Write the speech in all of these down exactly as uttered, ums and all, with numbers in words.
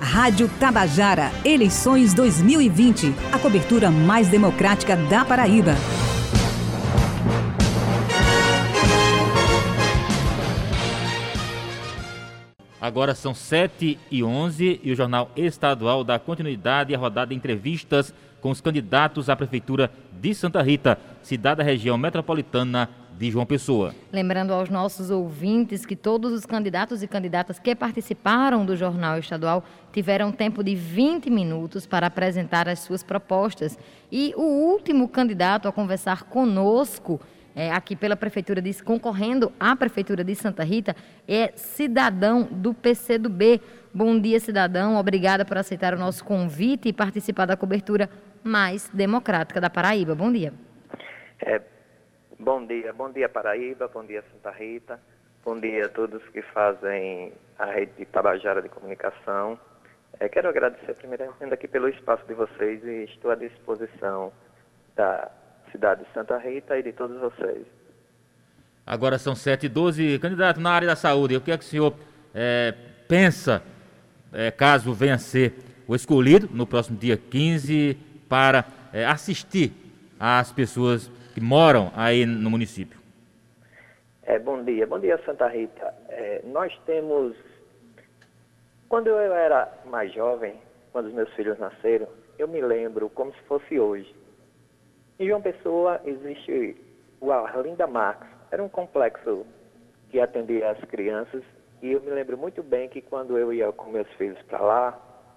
Rádio Tabajara, eleições dois mil e vinte, a cobertura mais democrática da Paraíba. Agora são sete e onze e o Jornal Estadual dá continuidade à rodada de entrevistas com os candidatos à Prefeitura de Santa Rita, cidade da região metropolitana de João Pessoa. Lembrando aos nossos ouvintes que todos os candidatos e candidatas que participaram do Jornal Estadual tiveram tempo de vinte minutos para apresentar as suas propostas. E o último candidato a conversar conosco É, aqui pela Prefeitura, de, concorrendo à Prefeitura de Santa Rita, é cidadão do P C do B. Bom dia, cidadão. Obrigada por aceitar o nosso convite e participar da cobertura mais democrática da Paraíba. Bom dia. É, bom dia. Bom dia, Paraíba. Bom dia, Santa Rita. Bom dia a todos que fazem a rede de Tabajara de Comunicação. É, quero agradecer primeiramente aqui pelo espaço de vocês e estou à disposição da cidade de Santa Rita e de todos vocês. Agora são sete e doze. Candidato, na área da saúde, o que é que o senhor é, pensa, é, caso venha a ser o escolhido no próximo dia quinze, para é, assistir às pessoas que moram aí no município? É, bom dia. Bom dia, Santa Rita. É, nós temos... Quando eu era mais jovem, quando os meus filhos nasceram, eu me lembro como se fosse hoje. Em João Pessoa existe o Arlinda Marx, era um complexo que atendia as crianças, e eu me lembro muito bem que quando eu ia com meus filhos para lá,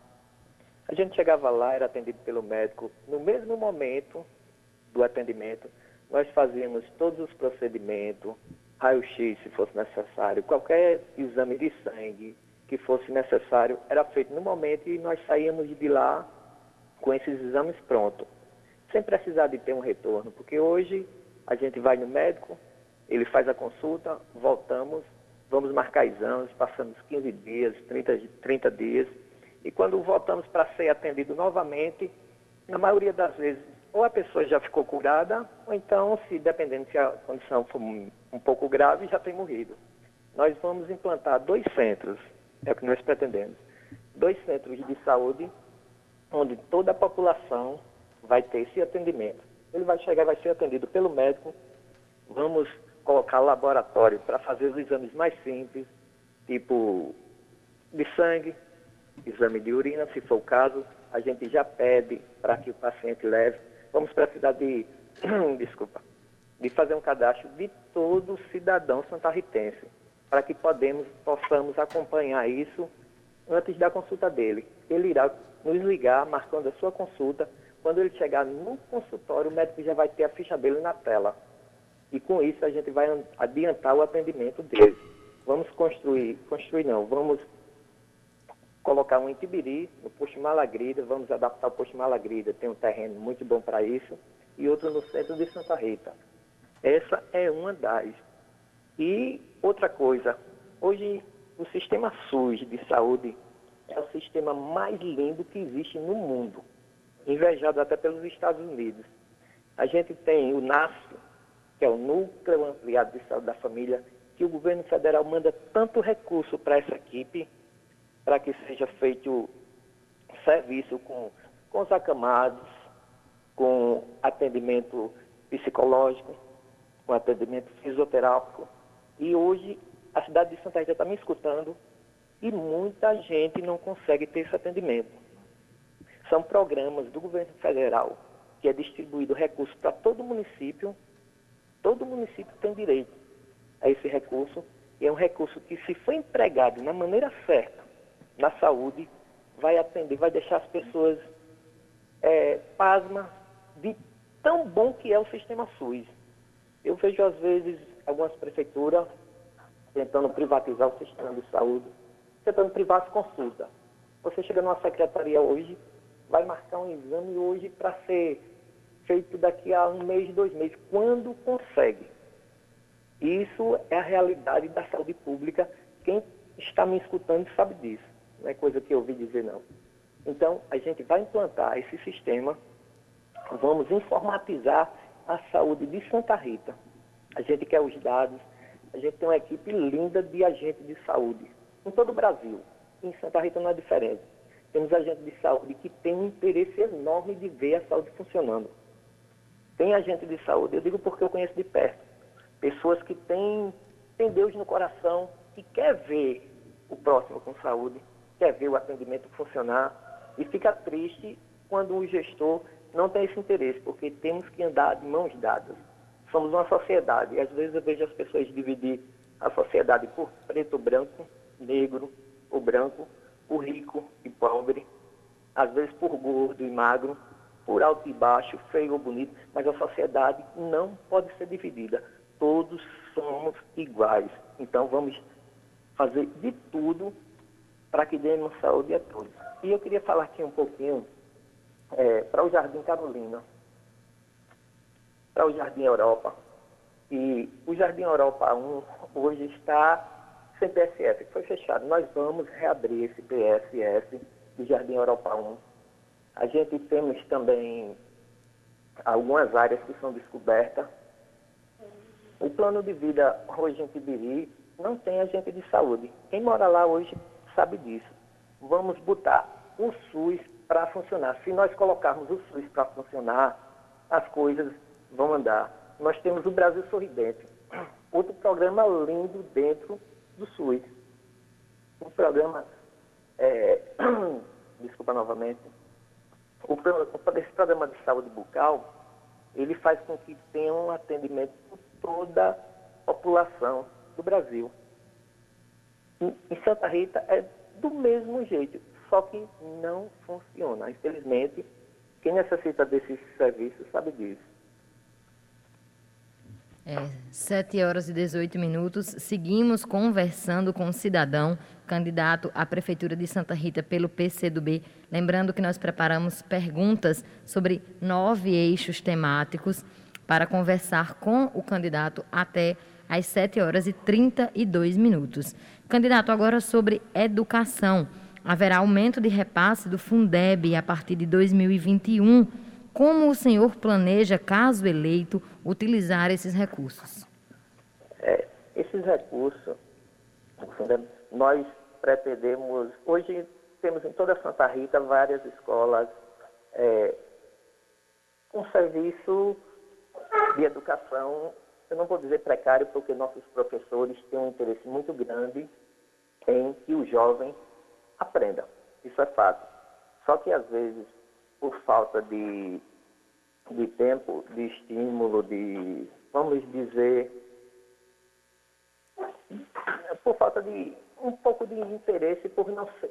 a gente chegava lá, era atendido pelo médico. No mesmo momento do atendimento, nós fazíamos todos os procedimentos, raio-x se fosse necessário, qualquer exame de sangue que fosse necessário era feito no momento e nós saíamos de lá com esses exames prontos, sem precisar de ter um retorno, porque hoje a gente vai no médico, ele faz a consulta, voltamos, vamos marcar exames, passamos quinze dias, trinta, trinta dias, e quando voltamos para ser atendido novamente, na maioria das vezes, ou a pessoa já ficou curada, ou então, se dependendo se a condição for um pouco grave, já tem morrido. Nós vamos implantar dois centros, é o que nós pretendemos, dois centros de saúde, onde toda a população vai ter esse atendimento. Ele vai chegar e vai ser atendido pelo médico. Vamos colocar laboratório para fazer os exames mais simples, tipo de sangue, exame de urina, se for o caso. A gente já pede para que o paciente leve. Vamos precisar de, desculpa, de fazer um cadastro de todo cidadão santarritense, para que podemos, possamos acompanhar isso antes da consulta dele. Ele irá nos ligar, marcando a sua consulta. Quando ele chegar no consultório, o médico já vai ter a ficha dele na tela. E com isso a gente vai adiantar o atendimento dele. Vamos construir, construir não, vamos colocar um em Tibiri, no posto Malagrida, vamos adaptar o posto Malagrida, tem um terreno muito bom para isso, e outro no centro de Santa Rita. Essa é uma das. E outra coisa, hoje o sistema SUS de saúde é o sistema mais lindo que existe no mundo, invejado até pelos Estados Unidos. A gente tem o NASF, que é o Núcleo Ampliado de Saúde da Família, que o governo federal manda tanto recurso para essa equipe, para que seja feito serviço com, com os acamados, com atendimento psicológico, com atendimento fisioterápico. E hoje a cidade de Santa Rita está me escutando e muita gente não consegue ter esse atendimento. São programas do governo federal que é distribuído recurso para todo município. Todo município tem direito a esse recurso. E é um recurso que, se for empregado na maneira certa, na saúde, vai atender, vai deixar as pessoas é, pasmas de tão bom que é o sistema SUS. Eu vejo, às vezes, algumas prefeituras tentando privatizar o sistema de saúde, tentando privar as consultas. Você chega numa secretaria hoje, vai marcar um exame hoje para ser feito daqui a um mês, dois meses, quando consegue. Isso é a realidade da saúde pública. Quem está me escutando sabe disso. Não é coisa que eu ouvi dizer, não. Então, a gente vai implantar esse sistema, vamos informatizar a saúde de Santa Rita. A gente quer os dados, a gente tem uma equipe linda de agentes de saúde em todo o Brasil. Em Santa Rita não é diferente. Temos agentes de saúde que têm um interesse enorme de ver a saúde funcionando. Tem agente de saúde, eu digo porque eu conheço de perto, pessoas que têm, têm Deus no coração, que quer ver o próximo com saúde, quer ver o atendimento funcionar e fica triste quando o gestor não tem esse interesse, porque temos que andar de mãos dadas. Somos uma sociedade e às vezes eu vejo as pessoas dividir a sociedade por preto ou branco, negro ou branco, por rico e pobre, às vezes por gordo e magro, por alto e baixo, feio ou bonito, mas a sociedade não pode ser dividida. Todos somos iguais. Então vamos fazer de tudo para que demos saúde a todos. E eu queria falar aqui um pouquinho é, para o Jardim Carolina, para o Jardim Europa. E o Jardim Europa um hoje está sem P S F, foi fechado. Nós vamos reabrir esse P S F do Jardim Europa um. A gente temos também algumas áreas que são descobertas. O plano de vida hoje em Tibiri não tem agente de saúde. Quem mora lá hoje sabe disso. Vamos botar o SUS para funcionar. Se nós colocarmos o SUS para funcionar, as coisas vão andar. Nós temos o Brasil Sorridente, outro programa lindo dentro do SUS. Um programa, é, desculpa novamente, o, esse programa de saúde bucal, ele faz com que tenha um atendimento por toda a população do Brasil. Em, em Santa Rita é do mesmo jeito, só que não funciona. Infelizmente, quem necessita desses serviços sabe disso. É, sete horas e dezoito minutos, seguimos conversando com o cidadão, candidato à Prefeitura de Santa Rita pelo P C do B. Lembrando que nós preparamos perguntas sobre nove eixos temáticos para conversar com o candidato até às sete horas e trinta e dois minutos. Candidato, agora sobre educação. Haverá aumento de repasse do Fundeb a partir de dois mil e vinte e um. Como o senhor planeja, caso eleito, utilizar esses recursos? É, esses recursos, nós pretendemos... Hoje temos em toda Santa Rita várias escolas é, com serviço de educação, eu não vou dizer precário, porque nossos professores têm um interesse muito grande em que o jovem aprenda. Isso é fato. Só que, às vezes, por falta de, de tempo, de estímulo, de, vamos dizer, por falta de um pouco de interesse por não ser,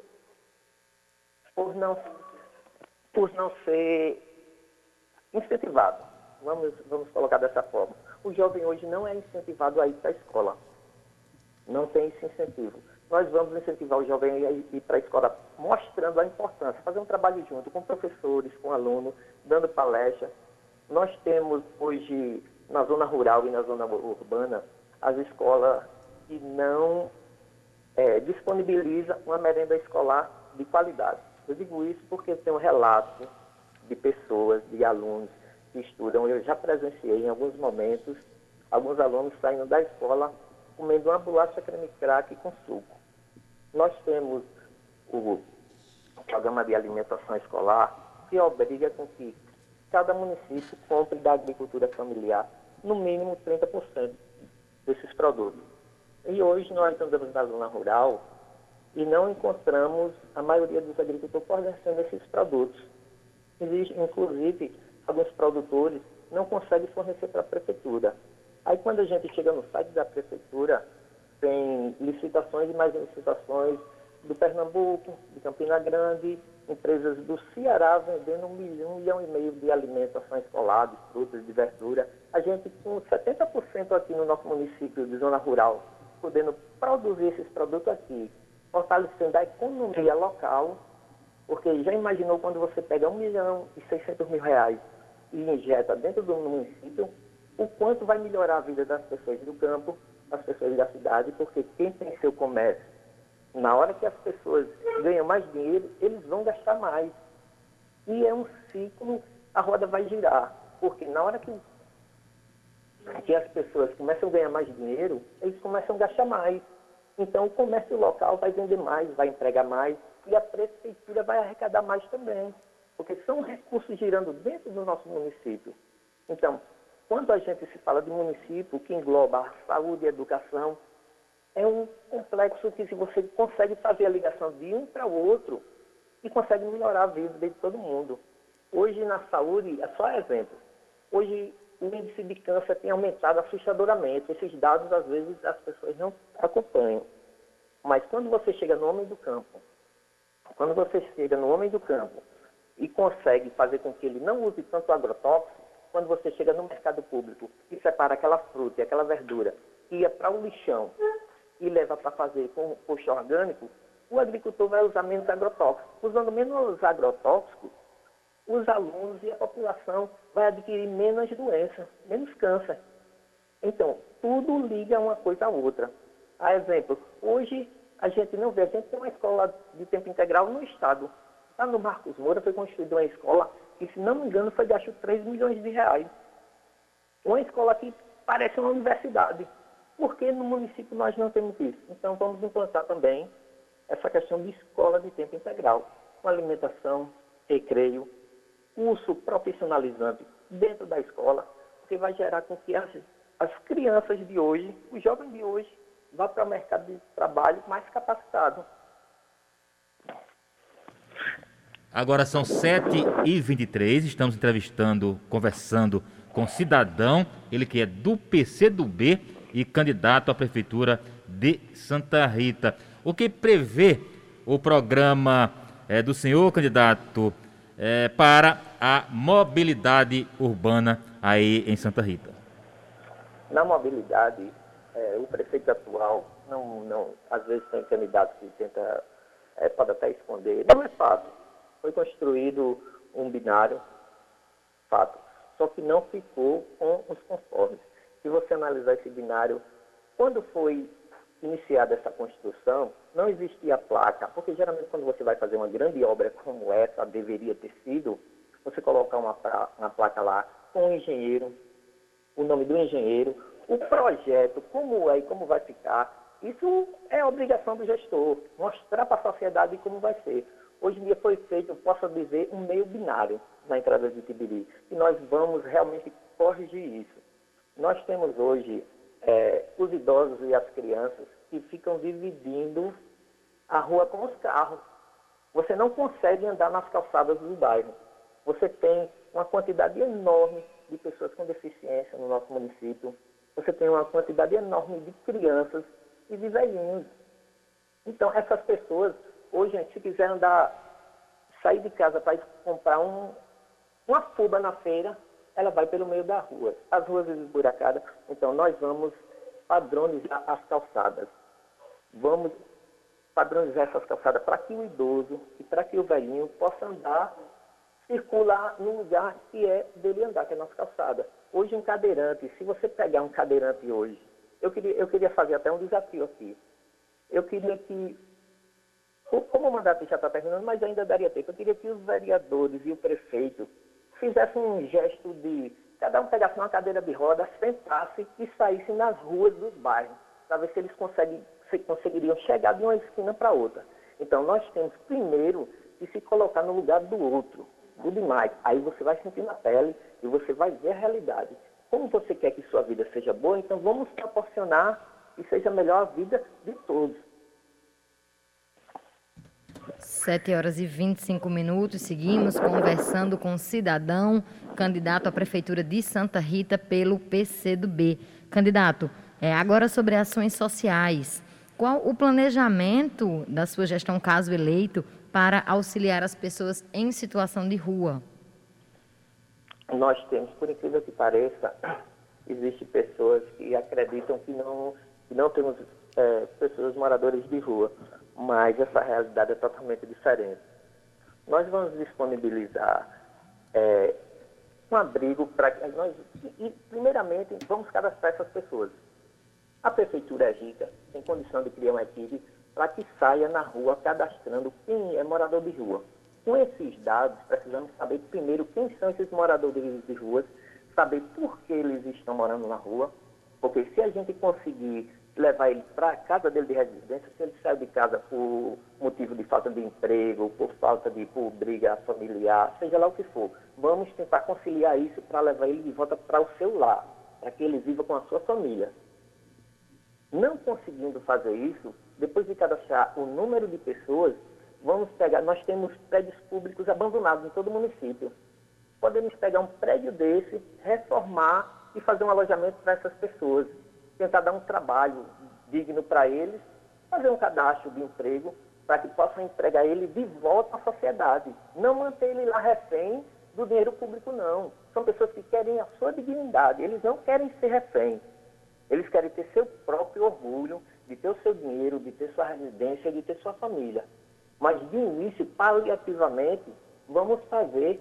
por não, por não ser incentivado. Vamos, vamos colocar dessa forma. O jovem hoje não é incentivado a ir para a escola. Não tem esse incentivo. Nós vamos incentivar o jovem a ir para a escola mostrando a importância, fazer um trabalho junto com professores, com alunos, dando palestra. Nós temos hoje, na zona rural e na zona urbana, as escolas que não é, disponibilizam uma merenda escolar de qualidade. Eu digo isso porque eu tenho relatos de pessoas, de alunos que estudam. Eu já presenciei em alguns momentos alguns alunos saindo da escola comendo uma bolacha creme crack com suco. Nós temos o programa de alimentação escolar que obriga com que cada município compre da agricultura familiar no mínimo trinta por cento desses produtos. E hoje nós andamos na zona rural e não encontramos a maioria dos agricultores fornecendo esses produtos. Existe, inclusive, alguns produtores não conseguem fornecer para a prefeitura. Aí, quando a gente chega no site da prefeitura, tem licitações e mais licitações do Pernambuco, de Campina Grande, empresas do Ceará vendendo um milhão, um milhão e meio de alimentação escolar, de frutas, de verdura. A gente, com setenta por cento aqui no nosso município de zona rural, podendo produzir esses produtos aqui, fortalecendo a economia local, porque já imaginou quando você pega um milhão e seiscentos mil reais e injeta dentro do município, o quanto vai melhorar a vida das pessoas do campo, das pessoas da cidade, porque quem tem seu comércio, na hora que as pessoas ganham mais dinheiro, eles vão gastar mais. E é um ciclo, a roda vai girar, porque na hora que, que as pessoas começam a ganhar mais dinheiro, eles começam a gastar mais. Então o comércio local vai vender mais, vai empregar mais, e a prefeitura vai arrecadar mais também, porque são recursos girando dentro do nosso município. Então, quando a gente se fala de município que engloba a saúde e a educação, é um complexo que se você consegue fazer a ligação de um para o outro e consegue melhorar a vida de todo mundo. Hoje na saúde, é só exemplo, hoje o índice de câncer tem aumentado assustadoramente. Esses dados, às vezes, as pessoas não acompanham. Mas quando você chega no homem do campo, quando você chega no homem do campo e consegue fazer com que ele não use tanto agrotóxico, quando você chega no mercado público e separa aquela fruta e aquela verdura que ia para o lixão e leva para fazer com composto orgânico, o agricultor vai usar menos agrotóxico. Usando menos agrotóxico, os alunos e a população vai adquirir menos doenças, menos câncer. Então, tudo liga uma coisa à outra. A exemplo, hoje a gente não vê, a gente tem uma escola de tempo integral no estado. Lá no Marcos Moura foi construída uma escola que, se não me engano, foi gasto três milhões de reais. Uma escola que parece uma universidade. Por que no município nós não temos isso? Então, vamos implantar também essa questão de escola de tempo integral, com alimentação, recreio, curso profissionalizante dentro da escola, que vai gerar com que as, as crianças de hoje, os jovens de hoje, vá para o mercado de trabalho mais capacitado. Agora são sete e vinte e três, estamos entrevistando, conversando com cidadão, ele que é do P C do B e candidato à Prefeitura de Santa Rita. O que prevê o programa é, do senhor candidato é, para a mobilidade urbana aí em Santa Rita? Na mobilidade, é, o prefeito atual, não, não, às vezes tem candidato que tenta, é, pode até esconder, não é fácil. Foi construído um binário, fato, só que não ficou com os conformes. Se você analisar esse binário, quando foi iniciada essa construção, não existia placa, porque geralmente quando você vai fazer uma grande obra como essa, deveria ter sido, você colocar uma, uma placa lá com o engenheiro, o nome do engenheiro, o projeto, como é e como vai ficar. Isso é obrigação do gestor, mostrar para a sociedade como vai ser. Hoje em dia foi feito, eu posso dizer, um meio binário na entrada de Tibiri, e nós vamos realmente corrigir isso. Nós temos hoje é, os idosos e as crianças que ficam dividindo a rua com os carros. Você não consegue andar nas calçadas do bairro. Você tem uma quantidade enorme de pessoas com deficiência no nosso município. Você tem uma quantidade enorme de crianças e de velhinhos. Então, essas pessoas, hoje, gente, se quiser andar, sair de casa para comprar um, uma fuba na feira, ela vai pelo meio da rua. As ruas esburacadas. Então, nós vamos padronizar as calçadas. Vamos padronizar essas calçadas para que o idoso e para que o velhinho possa andar, circular no lugar que é dele andar, que é a nossa calçada. Hoje, um cadeirante, se você pegar um cadeirante hoje, eu queria, eu queria fazer até um desafio aqui. Eu queria que, como o mandato já está terminando, mas ainda daria tempo, eu queria que os vereadores e o prefeito fizessem um gesto de, cada um pegasse uma cadeira de roda, sentasse e saísse nas ruas dos bairros, para ver se eles conseguem, se conseguiriam chegar de uma esquina para outra. Então, nós temos primeiro que se colocar no lugar do outro, do demais. Aí você vai sentir na pele e você vai ver a realidade. Como você quer que sua vida seja boa, então vamos proporcionar que seja melhor a vida de todos. sete horas e vinte e cinco minutos, seguimos conversando com o cidadão, candidato à Prefeitura de Santa Rita pelo P C do B. Candidato, é, agora sobre ações sociais. Qual o planejamento da sua gestão, caso eleito, para auxiliar as pessoas em situação de rua? Nós temos, por incrível que pareça, existem pessoas que acreditam que não, que não temos é, pessoas moradores de rua, mas essa realidade é totalmente diferente. Nós vamos disponibilizar é, um abrigo para que nós, e, primeiramente, vamos cadastrar essas pessoas. A Prefeitura é rica, tem condição de criar uma equipe para que saia na rua cadastrando quem é morador de rua. Com esses dados, precisamos saber primeiro quem são esses moradores de ruas, saber por que eles estão morando na rua, porque se a gente conseguir levar ele para a casa dele de residência, se ele saiu de casa por motivo de falta de emprego, por falta de por briga familiar, seja lá o que for. Vamos tentar conciliar isso para levar ele de volta para o seu lar, para que ele viva com a sua família. Não conseguindo fazer isso, depois de cadastrar o número de pessoas, vamos pegar, nós temos prédios públicos abandonados em todo o município. Podemos pegar um prédio desse, reformar e fazer um alojamento para essas pessoas. Tentar dar um trabalho digno para eles, fazer um cadastro de emprego para que possam empregar ele de volta à sociedade. Não manter ele lá refém do dinheiro público, não. São pessoas que querem a sua dignidade, eles não querem ser refém. Eles querem ter seu próprio orgulho, de ter o seu dinheiro, de ter sua residência, de ter sua família. Mas, de início, paliativamente, vamos fazer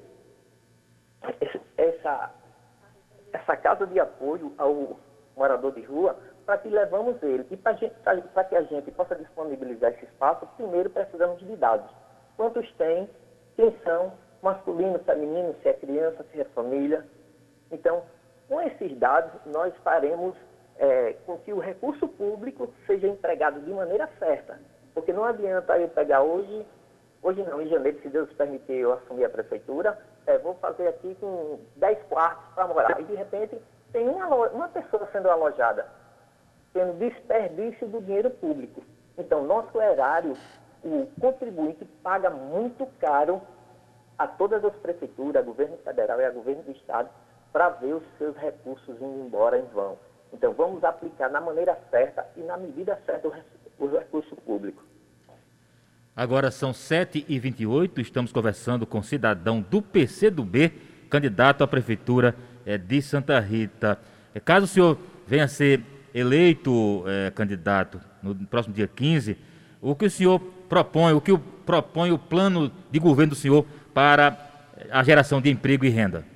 essa, essa casa de apoio ao morador de rua, para que levamos ele. E para que a gente possa disponibilizar esse espaço, primeiro precisamos de dados. Quantos tem, quem são, masculino, feminino, se é criança, se é família. Então, com esses dados, nós faremos é, com que o recurso público seja empregado de maneira certa. Porque não adianta eu pegar hoje, hoje não, em janeiro, se Deus permitir eu assumir a prefeitura, é, vou fazer aqui com dez quartos para morar. E, de repente, tem uma, uma pessoa sendo alojada, tendo desperdício do dinheiro público. Então, nosso erário, o contribuinte paga muito caro a todas as prefeituras, a governo federal e a governo do estado, para ver os seus recursos indo embora em vão. Então, vamos aplicar na maneira certa e na medida certa o recurso público. Agora são sete e vinte e oito, estamos conversando com o cidadão do P C do B, candidato à prefeitura é, de Santa Rita. É, caso o senhor venha a ser eleito é, candidato no próximo dia quinze, o que o senhor propõe, o que o, propõe o plano de governo do senhor para a geração de emprego e renda?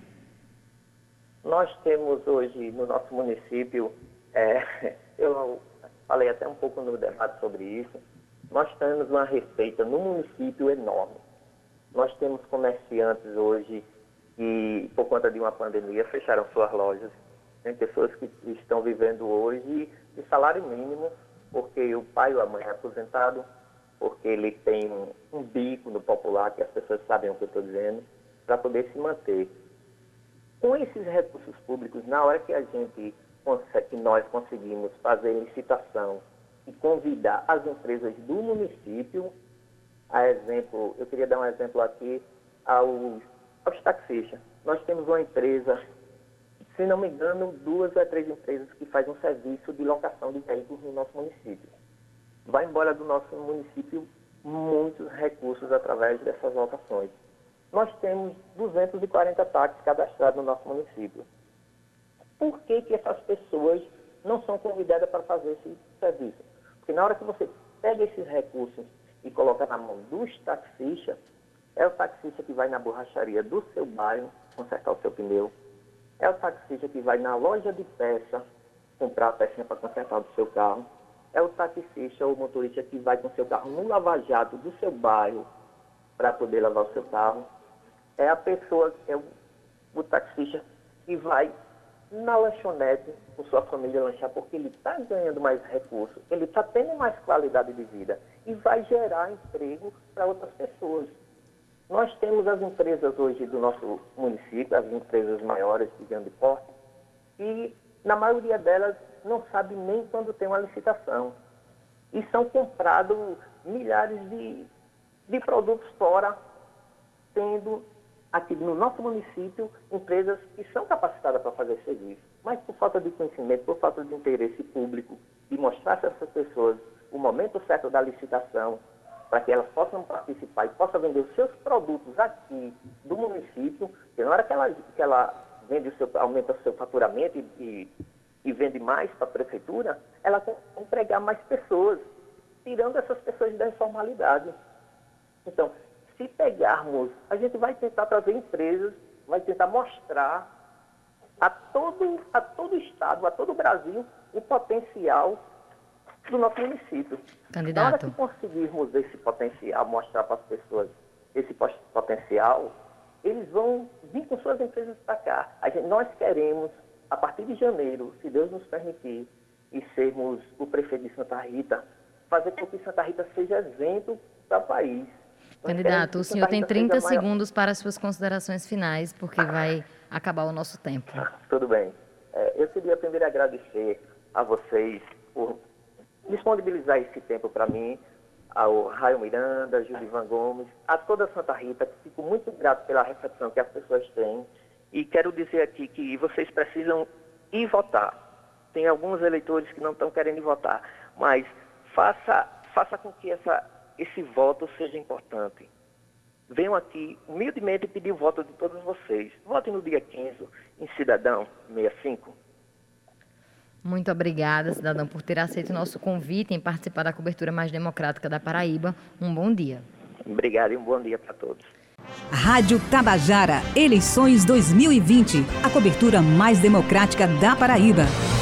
Nós temos hoje no nosso município, é, eu falei até um pouco no debate sobre isso, nós temos uma receita no município enorme. Nós temos comerciantes hoje que, por conta de uma pandemia, fecharam suas lojas. Tem pessoas que estão vivendo hoje de salário mínimo, porque o pai ou a mãe é aposentado, porque ele tem um, um bico no popular, que as pessoas sabem o que eu estou dizendo, para poder se manter. Com esses recursos públicos, na hora que a gente que nós conseguimos fazer licitação e convidar as empresas do município, a exemplo, eu queria dar um exemplo aqui aos, aos taxistas. Nós temos uma empresa, se não me engano, duas ou três empresas que fazem um serviço de locação de veículos no nosso município. Vai embora do nosso município muitos recursos através dessas locações. Nós temos duzentos e quarenta táxis cadastrados no nosso município. Por que que essas pessoas não são convidadas para fazer esse serviço? Porque na hora que você pega esses recursos e coloca na mão dos taxistas, é o taxista que vai na borracharia do seu bairro consertar o seu pneu, é o taxista que vai na loja de peça comprar a pecinha para consertar do seu carro, é o taxista ou motorista que vai com o seu carro no lava-jato do seu bairro para poder lavar o seu carro, é a pessoa, é o, o taxista que vai na lanchonete com sua família lanchar, porque ele está ganhando mais recursos, ele está tendo mais qualidade de vida e vai gerar emprego para outras pessoas. Nós temos as empresas hoje do nosso município, as empresas maiores de grande porte, e na maioria delas não sabe nem quando tem uma licitação. E são comprados milhares de, de produtos fora, tendo aqui no nosso município empresas que são capacitadas para fazer esse serviço. Mas por falta de conhecimento, por falta de interesse público, de mostrar para essas pessoas o momento certo da licitação, para que elas possam participar e possam vender os seus produtos aqui do município, porque na hora que ela, que ela vende o seu, aumenta o seu faturamento e, e, e vende mais para a prefeitura, ela vai empregar mais pessoas, tirando essas pessoas da informalidade. Então, se pegarmos, a gente vai tentar trazer empresas, vai tentar mostrar a todo, a todo o estado, a todo o Brasil, o potencial do nosso município. Candidato. Na hora que conseguirmos esse potencial, mostrar para as pessoas esse potencial, eles vão vir com suas empresas para cá. A gente, nós queremos, a partir de janeiro, se Deus nos permitir, e sermos o prefeito de Santa Rita, fazer com que Santa Rita seja exemplo para o país. Candidato, o senhor tem trinta segundos para as suas considerações finais, porque vai acabar o nosso tempo. Tudo bem. É, eu queria primeiro agradecer a vocês por disponibilizar esse tempo para mim, ao Raio Miranda, Julivan Gomes, a toda Santa Rita, que fico muito grato pela recepção que as pessoas têm. E quero dizer aqui que vocês precisam ir votar. Tem alguns eleitores que não estão querendo ir votar, mas faça, faça com que essa, esse voto seja importante. Venham aqui humildemente pedir o voto de todos vocês. Votem no dia quinze, em Cidadão sessenta e cinco. Muito obrigada, cidadão, por ter aceito o nosso convite em participar da cobertura mais democrática da Paraíba. Um bom dia. Obrigado e um bom dia para todos. Rádio Tabajara, eleições dois mil e vinte, a cobertura mais democrática da Paraíba.